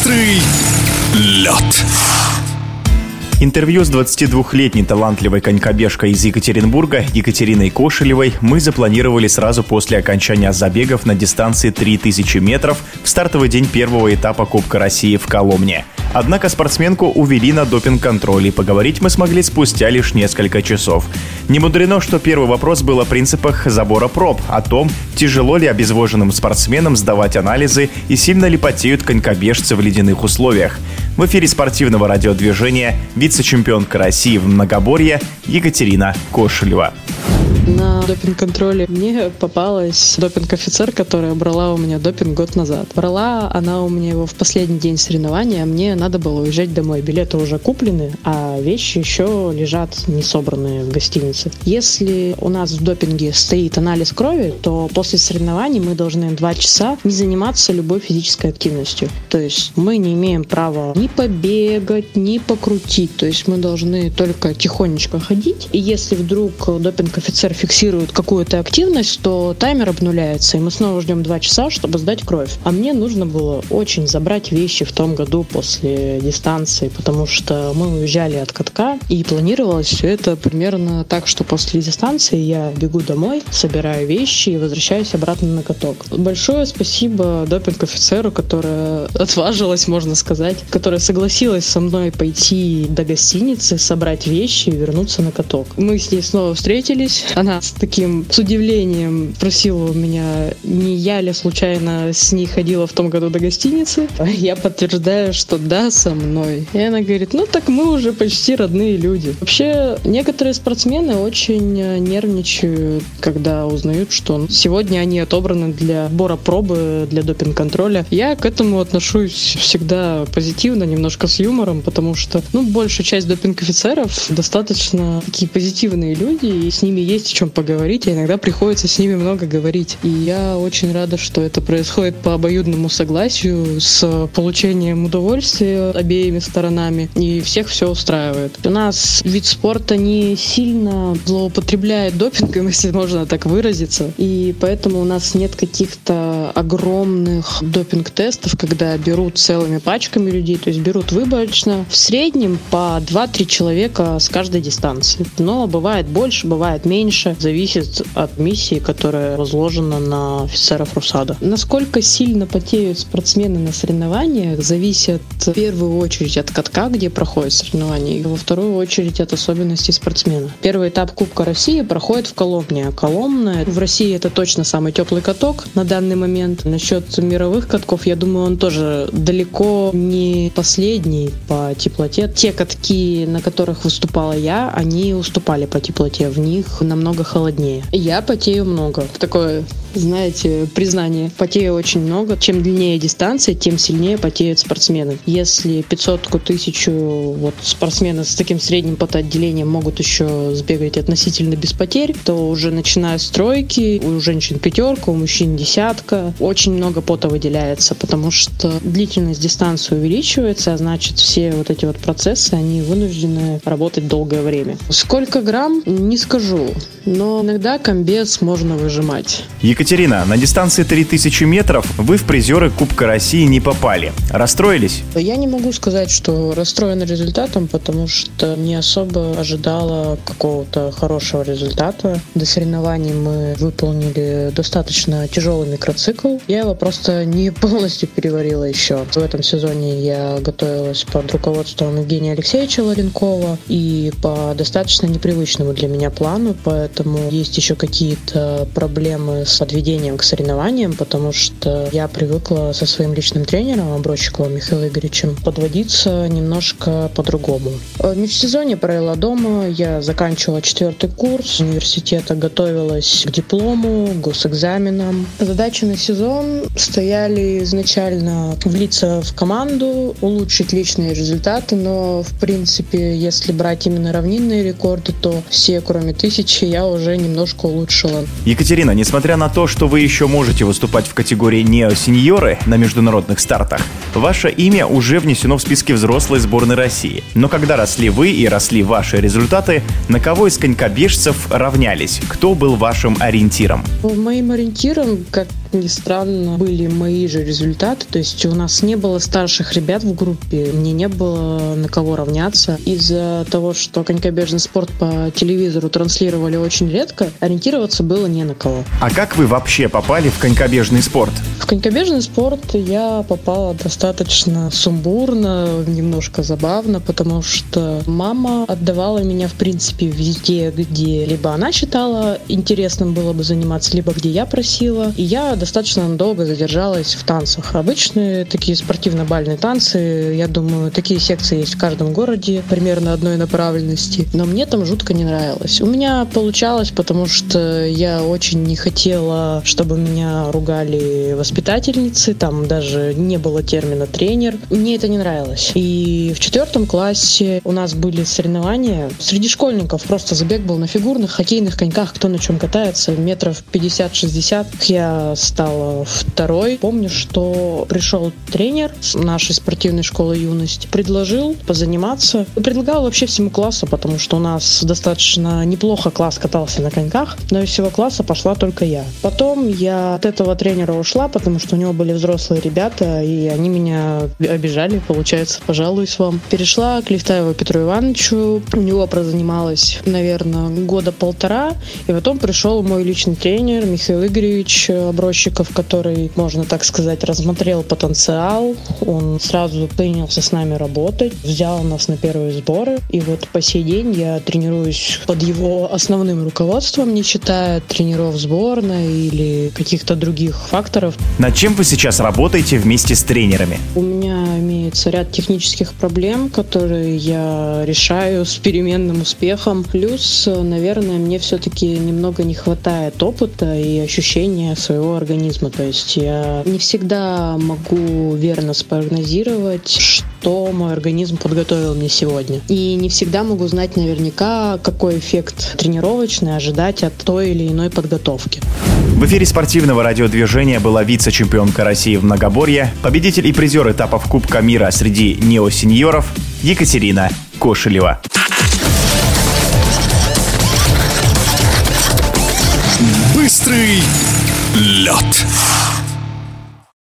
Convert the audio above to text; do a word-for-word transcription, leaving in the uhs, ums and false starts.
Быстрый лед. Интервью с двадцатидвухлетней талантливой конькобежкой из Екатеринбурга Екатериной Кошелевой мы запланировали сразу после окончания забегов на дистанции три тысячи метров в стартовый день первого этапа Кубка России в Коломне. Однако спортсменку увели на допинг-контроль, и поговорить мы смогли спустя лишь несколько часов. Не мудрено, что первый вопрос был о принципах забора проб, о том, тяжело ли обезвоженным спортсменам сдавать анализы и сильно ли потеют конькобежцы в ледяных условиях. В эфире спортивного радиодвижения вице-чемпионка России в многоборье Екатерина Кошелева. На допинг-контроле мне попалась допинг-офицер, которая брала у меня допинг год назад. Брала она у меня его в последний день соревнования, а мне надо было уезжать домой. Билеты уже куплены, а вещи еще лежат не собранные в гостинице. Если у нас в допинге стоит анализ крови, то после соревнований мы должны два часа не заниматься любой физической активностью. То есть мы не имеем права ни побегать, ни покрутить. То есть мы должны только тихонечко ходить. И если вдруг допинг-офицер фиксирует какую-то активность, то таймер обнуляется, и мы снова ждем два часа, чтобы сдать кровь. А мне нужно было очень забрать вещи в том году после дистанции, потому что мы уезжали от катка, и планировалось все это примерно так, что после дистанции я бегу домой, собираю вещи и возвращаюсь обратно на каток. Большое спасибо допинг-офицеру, которая отважилась, можно сказать, которая согласилась со мной пойти до гостиницы, собрать вещи и вернуться на каток. Мы с ней снова встретились. Она с таким, с удивлением спросила у меня, не я ли случайно с ней ходила в том году до гостиницы. Я подтверждаю, что да, со мной. И она говорит, ну так мы уже почти родные люди. Вообще, некоторые спортсмены очень нервничают, когда узнают, что сегодня они отобраны для сбора пробы, для допинг-контроля. Я к этому отношусь всегда позитивно, немножко с юмором, потому что, ну, большая часть допинг-офицеров достаточно такие позитивные люди, и с ними есть о чем поговорить, а иногда приходится с ними много говорить. И я очень рада, что это происходит по обоюдному согласию, с получением удовольствия обеими сторонами, и всех все устраивает. У нас вид спорта не сильно злоупотребляет допингом, если можно так выразиться, и поэтому у нас нет каких-то огромных допинг-тестов, когда берут целыми пачками людей, то есть берут выборочно, в среднем по два-три человека с каждой дистанции. Но бывает больше, бывает меньше, зависит от миссии, которая возложена на офицеров РУСАДА. Насколько сильно потеют спортсмены на соревнованиях, зависит в первую очередь от катка, где проходят соревнования, и во вторую очередь от особенностей спортсмена. Первый этап Кубка России проходит в Коломне. А Коломна в России это точно самый теплый каток на данный момент. Насчет мировых катков, я думаю, он тоже далеко не последний по теплоте. Те катки, на которых выступала я, они уступали по теплоте. В них намного холоднее. Я потею много. Такое, знаете, признание. Потею очень много. Чем длиннее дистанция, тем сильнее потеют спортсмены. Если пятьсотку, тысячу вот спортсмены с таким средним потоотделением могут еще сбегать относительно без потерь, то уже начиная с тройки, у женщин пятерка, у мужчин десятка, очень много пота выделяется, потому что длительность дистанции увеличивается, а значит все вот эти вот процессы, они вынуждены работать долгое время. Сколько грамм? Не скажу, но иногда комбез можно выжимать. Екатерина, на дистанции три тысячи метров вы в призеры Кубка России не попали. Расстроились? Я не могу сказать, что расстроена результатом, потому что не особо ожидала какого-то хорошего результата. До соревнований мы выполнили достаточно тяжелый микроцикл. Я его просто не полностью переварила еще. В этом сезоне я готовилась под руководством Евгения Алексеевича Ларенкова и по достаточно непривычному для меня плану, поэтому есть еще какие-то проблемы с подведением к соревнованиям, потому что я привыкла со своим личным тренером Оброщиковым Михаилом Игоревичем подводиться немножко по-другому. В межсезонье провела дома, я заканчивала четвертый курс университета, готовилась к диплому, к госэкзаменам. Задачи на сезон стояли изначально влиться в команду, улучшить личные результаты, но в принципе, если брать именно равнинные рекорды, то все, кроме тысячи, я уже немножко улучшила. Екатерина, несмотря на то, что вы еще можете выступать в категории нео-сеньоры на международных стартах, ваше имя уже внесено в списки взрослой сборной России. Но когда росли вы и росли ваши результаты, на кого из конькобежцев равнялись? Кто был вашим ориентиром? Моим ориентиром, как как ни странно, были мои же результаты. То есть у нас не было старших ребят в группе, мне не было на кого равняться. Из-за того, что конькобежный спорт по телевизору транслировали очень редко, ориентироваться было не на кого. А как вы вообще попали в конькобежный спорт? В конькобежный спорт я попала достаточно сумбурно, немножко забавно, потому что мама отдавала меня, в принципе, везде, где либо она считала интересным было бы заниматься, либо где я просила. И я достаточно долго задержалась в танцах. Обычные такие спортивно-бальные танцы, я думаю, такие секции есть в каждом городе, примерно одной направленности. Но мне там жутко не нравилось. У меня получалось, потому что я очень не хотела, чтобы меня ругали воспитательницы, там даже не было термина тренер. Мне это не нравилось. И в четвертом классе у нас были соревнования среди школьников. Просто забег был на фигурных, хоккейных коньках, кто на чем катается, метров пятьдесят-шестьдесят. Я стала второй. Помню, что пришел тренер нашей спортивной школы «Юность», предложил позаниматься. Предлагал вообще всему классу, потому что у нас достаточно неплохо класс катался на коньках, но из всего класса пошла только я. Потом я от этого тренера ушла, потому что у него были взрослые ребята, и они меня обижали, получается, пожалуюсь вам. Перешла к Лифтаеву Петру Ивановичу. У него прозанималась, наверное, года полтора, и потом пришел мой личный тренер Михаил Игоревич Оброщиков, который, можно так сказать, рассмотрел потенциал. Он сразу принялся с нами работать, взял нас на первые сборы, и вот по сей день я тренируюсь под его основным руководством, не считая тренеров сборной или каких-то других факторов. Над чем вы сейчас работаете вместе с тренерами? У меня имеется ряд технических проблем, которые я решаю с переменным успехом. Плюс, наверное, мне все-таки немного не хватает опыта и ощущения своего организма. То есть я не всегда могу верно спрогнозировать, что мой организм подготовил мне сегодня. И не всегда могу знать наверняка, какой эффект тренировочный ожидать от той или иной подготовки. В эфире спортивного радиодвижения была вице-чемпионка России в многоборье, победитель и призер этапов Кубка мира среди неосеньоров Екатерина Кошелева. Быстрый лед.